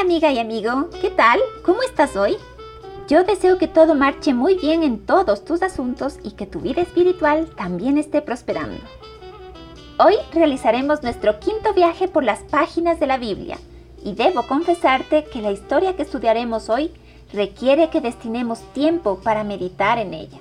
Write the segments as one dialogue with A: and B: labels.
A: amiga y amigo, ¿qué tal? ¿Cómo estás hoy? Yo deseo que todo marche muy bien en todos tus asuntos y que tu vida espiritual también esté prosperando. Hoy realizaremos nuestro quinto viaje por las páginas de la Biblia y debo confesarte que la historia que estudiaremos hoy requiere que destinemos tiempo para meditar en ella.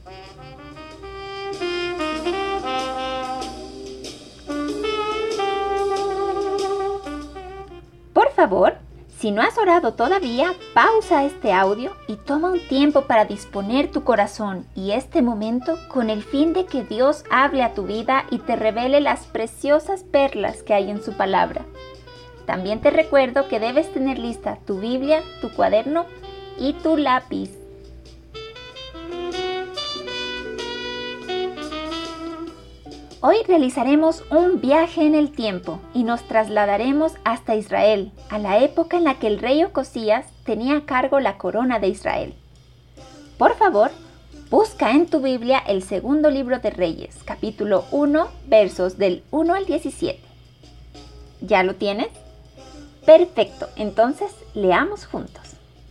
A: Por favor, si no has orado todavía, pausa este audio y toma un tiempo para disponer tu corazón y este momento con el fin de que Dios hable a tu vida y te revele las preciosas perlas que hay en su palabra. También te recuerdo que debes tener lista tu Biblia, tu cuaderno y tu lápiz. Hoy realizaremos un viaje en el tiempo y nos trasladaremos hasta Israel, a la época en la que el rey Ocosías tenía a cargo la corona de Israel. Por favor, busca en tu Biblia el segundo libro de Reyes, capítulo 1, versos del 1 al 17. ¿Ya lo tienes? Perfecto, entonces leamos juntos.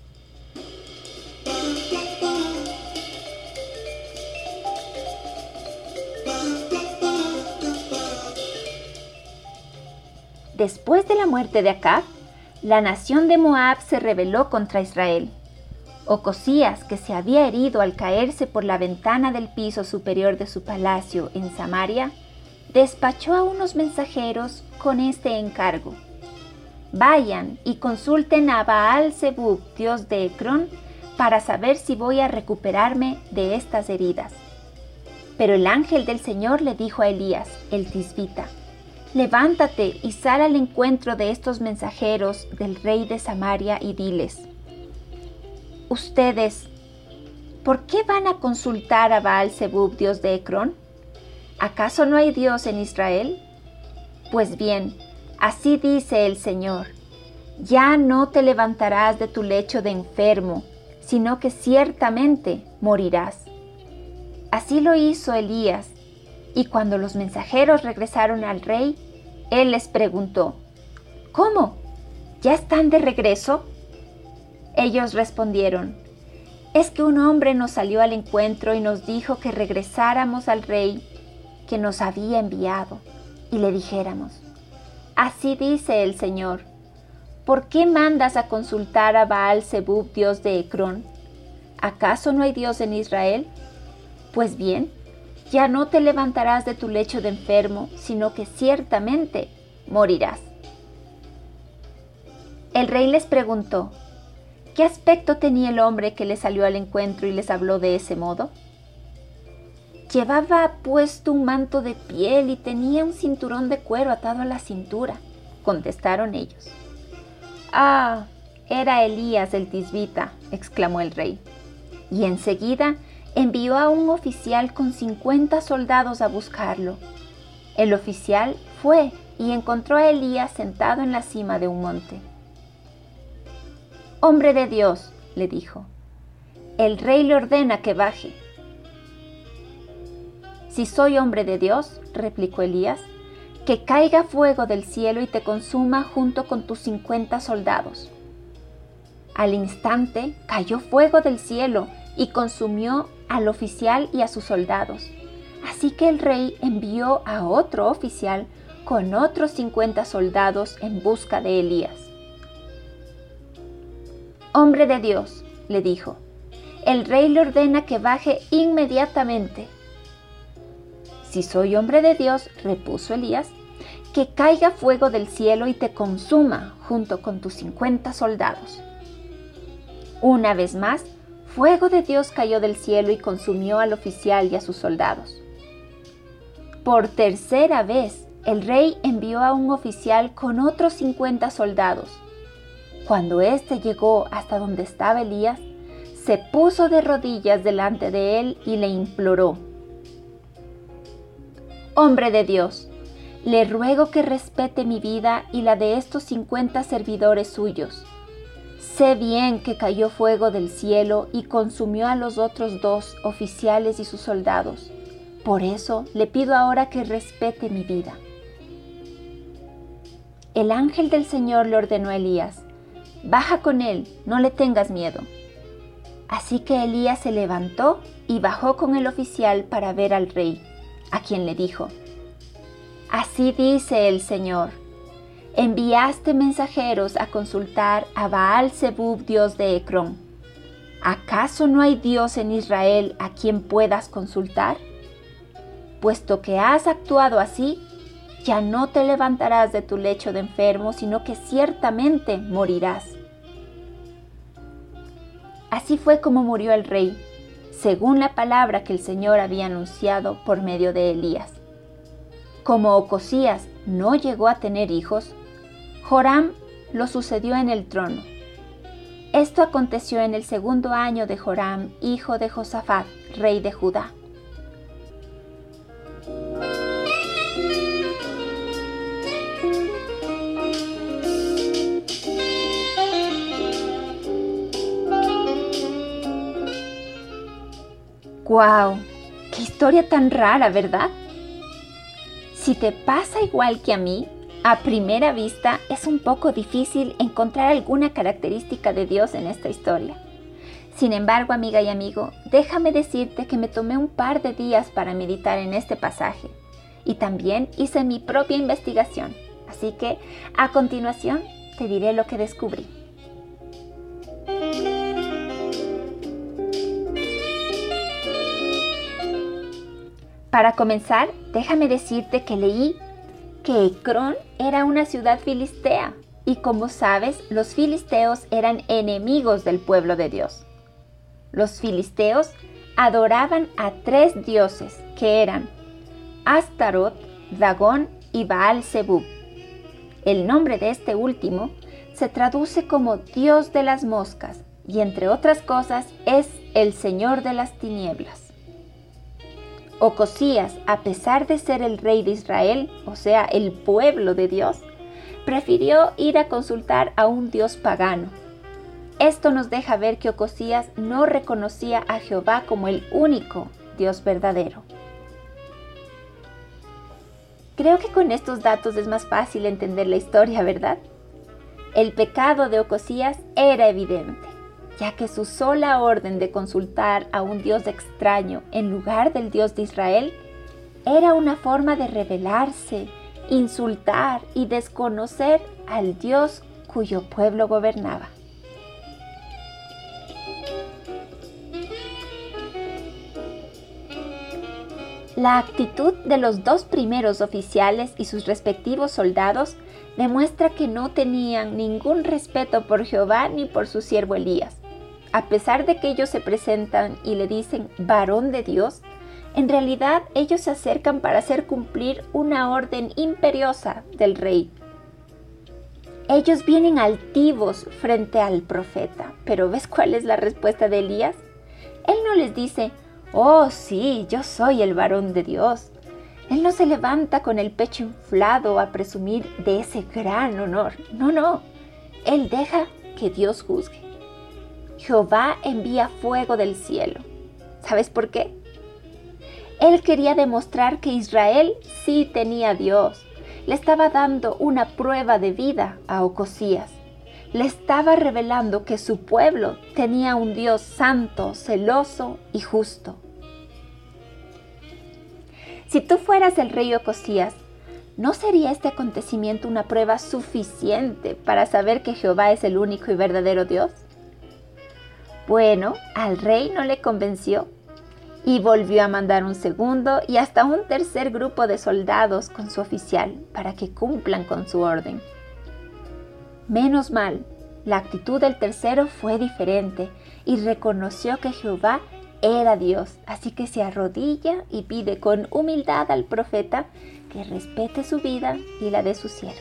A: Después de la muerte de Acab, la nación de Moab se rebeló contra Israel. Ocosías, que se había herido al caerse por la ventana del piso superior de su palacio en Samaria, despachó a unos mensajeros con este encargo: vayan y consulten a Baal-Zebub, dios de Ecrón, para saber si voy a recuperarme de estas heridas. Pero el ángel del Señor le dijo a Elías, el tisbita: levántate y sal al encuentro de estos mensajeros del rey de Samaria y diles: ustedes, ¿por qué van a consultar a Baal-Zebub, dios de Ecrón? ¿Acaso no hay Dios en Israel? Pues bien, así dice el Señor: ya no te levantarás de tu lecho de enfermo, sino que ciertamente morirás. Así lo hizo Elías. Y cuando los mensajeros regresaron al rey, él les preguntó: ¿cómo? ¿Ya están de regreso? Ellos respondieron: es que un hombre nos salió al encuentro y nos dijo que regresáramos al rey que nos había enviado y le dijéramos: así dice el Señor, ¿por qué mandas a consultar a Baal-Zebub, dios de Ecrón? ¿Acaso no hay Dios en Israel? Pues bien, ya no te levantarás de tu lecho de enfermo, sino que ciertamente morirás. El rey les preguntó: ¿qué aspecto tenía el hombre que les salió al encuentro y les habló de ese modo? Llevaba puesto un manto de piel y tenía un cinturón de cuero atado a la cintura, contestaron ellos. Ah, era Elías el tisbita, exclamó el rey. Y enseguida envió a un oficial con 50 soldados a buscarlo. El oficial fue y encontró a Elías sentado en la cima de un monte. Hombre de Dios, le dijo, el rey le ordena que baje. Si soy hombre de Dios, replicó Elías, que caiga fuego del cielo y te consuma junto con tus 50 soldados. Al instante cayó fuego del cielo y consumió al oficial y a sus soldados. Así que el rey envió a otro oficial con otros 50 soldados en busca de Elías. Hombre de Dios, le dijo, el rey le ordena que baje inmediatamente. Si soy hombre de Dios, repuso Elías, que caiga fuego del cielo y te consuma junto con tus 50 soldados. Una vez más, fuego de Dios cayó del cielo y consumió al oficial y a sus soldados. Por tercera vez, el rey envió a un oficial con otros 50 soldados. Cuando éste llegó hasta donde estaba Elías, se puso de rodillas delante de él y le imploró: Hombre de Dios, le ruego que respete mi vida y la de estos 50 servidores suyos. Sé bien que cayó fuego del cielo y consumió a los otros 2 oficiales y sus soldados. Por eso le pido ahora que respete mi vida. El ángel del Señor le ordenó a Elías: baja con él, no le tengas miedo. Así que Elías se levantó y bajó con el oficial para ver al rey, a quien le dijo: Así dice el Señor, enviaste mensajeros a consultar a Baal-Zebub, dios de Ecrón. ¿Acaso no hay Dios en Israel a quien puedas consultar? Puesto que has actuado así, ya no te levantarás de tu lecho de enfermo, sino que ciertamente morirás. Así fue como murió el rey, según la palabra que el Señor había anunciado por medio de Elías. Como Ocosías no llegó a tener hijos, Joram lo sucedió en el trono. Esto aconteció en el 2.º año de Joram, hijo de Josafat, rey de Judá. ¡Guau! ¡Qué historia tan rara!, ¿verdad? Si te pasa igual que a mí, a primera vista es un poco difícil encontrar alguna característica de Dios en esta historia. Sin embargo, amiga y amigo, déjame decirte que me tomé un par de días para meditar en este pasaje y también hice mi propia investigación. Así que, a continuación, te diré lo que descubrí. Para comenzar, déjame decirte que leí que Ecrón era una ciudad filistea y, como sabes, los filisteos eran enemigos del pueblo de Dios. Los filisteos adoraban a 3 dioses que eran Astarot, Dagón y Baal-Zebub. El nombre de este último se traduce como Dios de las moscas y, entre otras cosas, es el Señor de las tinieblas. Ocosías, a pesar de ser el rey de Israel, o sea, el pueblo de Dios, prefirió ir a consultar a un dios pagano. Esto nos deja ver que Ocosías no reconocía a Jehová como el único Dios verdadero. Creo que con estos datos es más fácil entender la historia, ¿verdad? El pecado de Ocosías era evidente, ya que su sola orden de consultar a un Dios extraño en lugar del Dios de Israel era una forma de rebelarse, insultar y desconocer al Dios cuyo pueblo gobernaba. La actitud de los 2 primeros oficiales y sus respectivos soldados demuestra que no tenían ningún respeto por Jehová ni por su siervo Elías. A pesar de que ellos se presentan y le dicen varón de Dios, en realidad ellos se acercan para hacer cumplir una orden imperiosa del rey. Ellos vienen altivos frente al profeta, pero ¿ves cuál es la respuesta de Elías? Él no les dice: oh sí, yo soy el varón de Dios. Él no se levanta con el pecho inflado a presumir de ese gran honor. No, él deja que Dios juzgue. Jehová envía fuego del cielo. ¿Sabes por qué? Él quería demostrar que Israel sí tenía Dios. Le estaba dando una prueba de vida a Ocosías. Le estaba revelando que su pueblo tenía un Dios santo, celoso y justo. Si tú fueras el rey Ocosías, ¿no sería este acontecimiento una prueba suficiente para saber que Jehová es el único y verdadero Dios? Bueno, al rey no le convenció y volvió a mandar un segundo y hasta un tercer grupo de soldados con su oficial para que cumplan con su orden. Menos mal, la actitud del tercero fue diferente y reconoció que Jehová era Dios, así que se arrodilla y pide con humildad al profeta que respete su vida y la de sus siervos.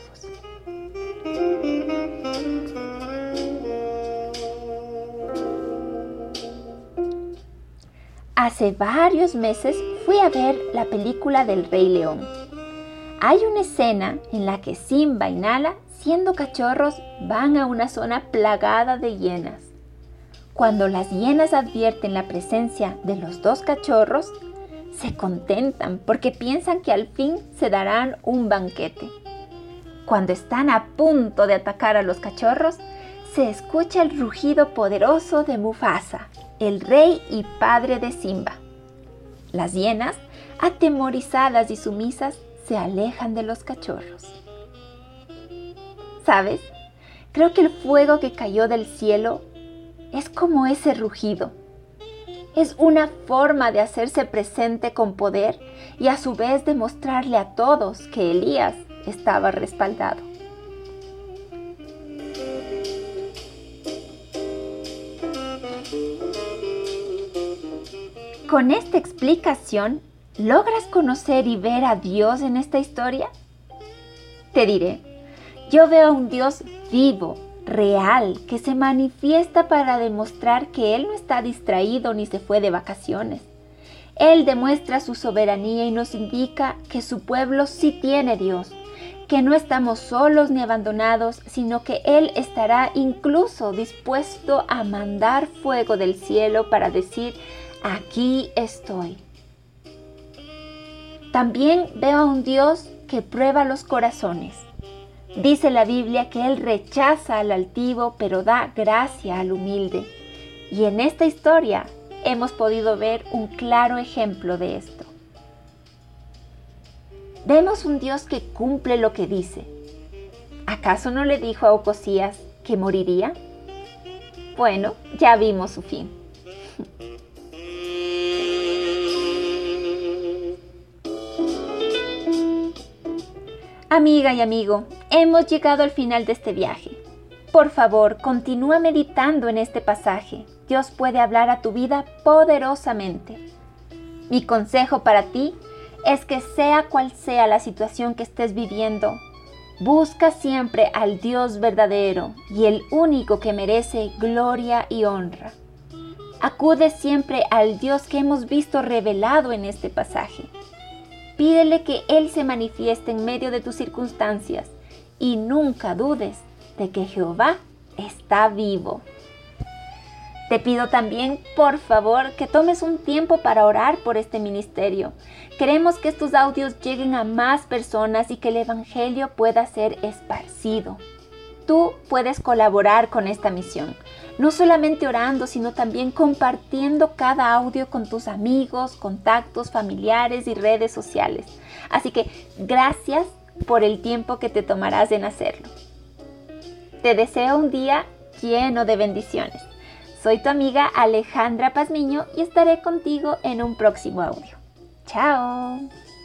A: Hace varios meses fui a ver la película del Rey León. Hay una escena en la que Simba y Nala, siendo cachorros, van a una zona plagada de hienas. Cuando las hienas advierten la presencia de los 2 cachorros, se contentan porque piensan que al fin se darán un banquete. Cuando están a punto de atacar a los cachorros, se escucha el rugido poderoso de Mufasa, el rey y padre de Simba. Las hienas, atemorizadas y sumisas, se alejan de los cachorros. ¿Sabes? Creo que el fuego que cayó del cielo es como ese rugido. Es una forma de hacerse presente con poder y a su vez demostrarle a todos que Elías estaba respaldado. ¿Con esta explicación logras conocer y ver a Dios en esta historia? Te diré, yo veo a un Dios vivo, real, que se manifiesta para demostrar que Él no está distraído ni se fue de vacaciones. Él demuestra su soberanía y nos indica que su pueblo sí tiene Dios, que no estamos solos ni abandonados, sino que Él estará incluso dispuesto a mandar fuego del cielo para decir: aquí estoy. También veo a un Dios que prueba los corazones. Dice la Biblia que Él rechaza al altivo, pero da gracia al humilde. Y en esta historia hemos podido ver un claro ejemplo de esto. Vemos un Dios que cumple lo que dice. ¿Acaso no le dijo a Ocosías que moriría? Bueno, ya vimos su fin. Amiga y amigo, hemos llegado al final de este viaje. Por favor, continúa meditando en este pasaje. Dios puede hablar a tu vida poderosamente. Mi consejo para ti es que sea cual sea la situación que estés viviendo, busca siempre al Dios verdadero y el único que merece gloria y honra. Acude siempre al Dios que hemos visto revelado en este pasaje. Pídele que Él se manifieste en medio de tus circunstancias y nunca dudes de que Jehová está vivo. Te pido también, por favor, que tomes un tiempo para orar por este ministerio. Queremos que estos audios lleguen a más personas y que el Evangelio pueda ser esparcido. Tú puedes colaborar con esta misión, no solamente orando, sino también compartiendo cada audio con tus amigos, contactos, familiares y redes sociales. Así que gracias por el tiempo que te tomarás en hacerlo. Te deseo un día lleno de bendiciones. Soy tu amiga Alejandra Pazmiño y estaré contigo en un próximo audio. ¡Chao!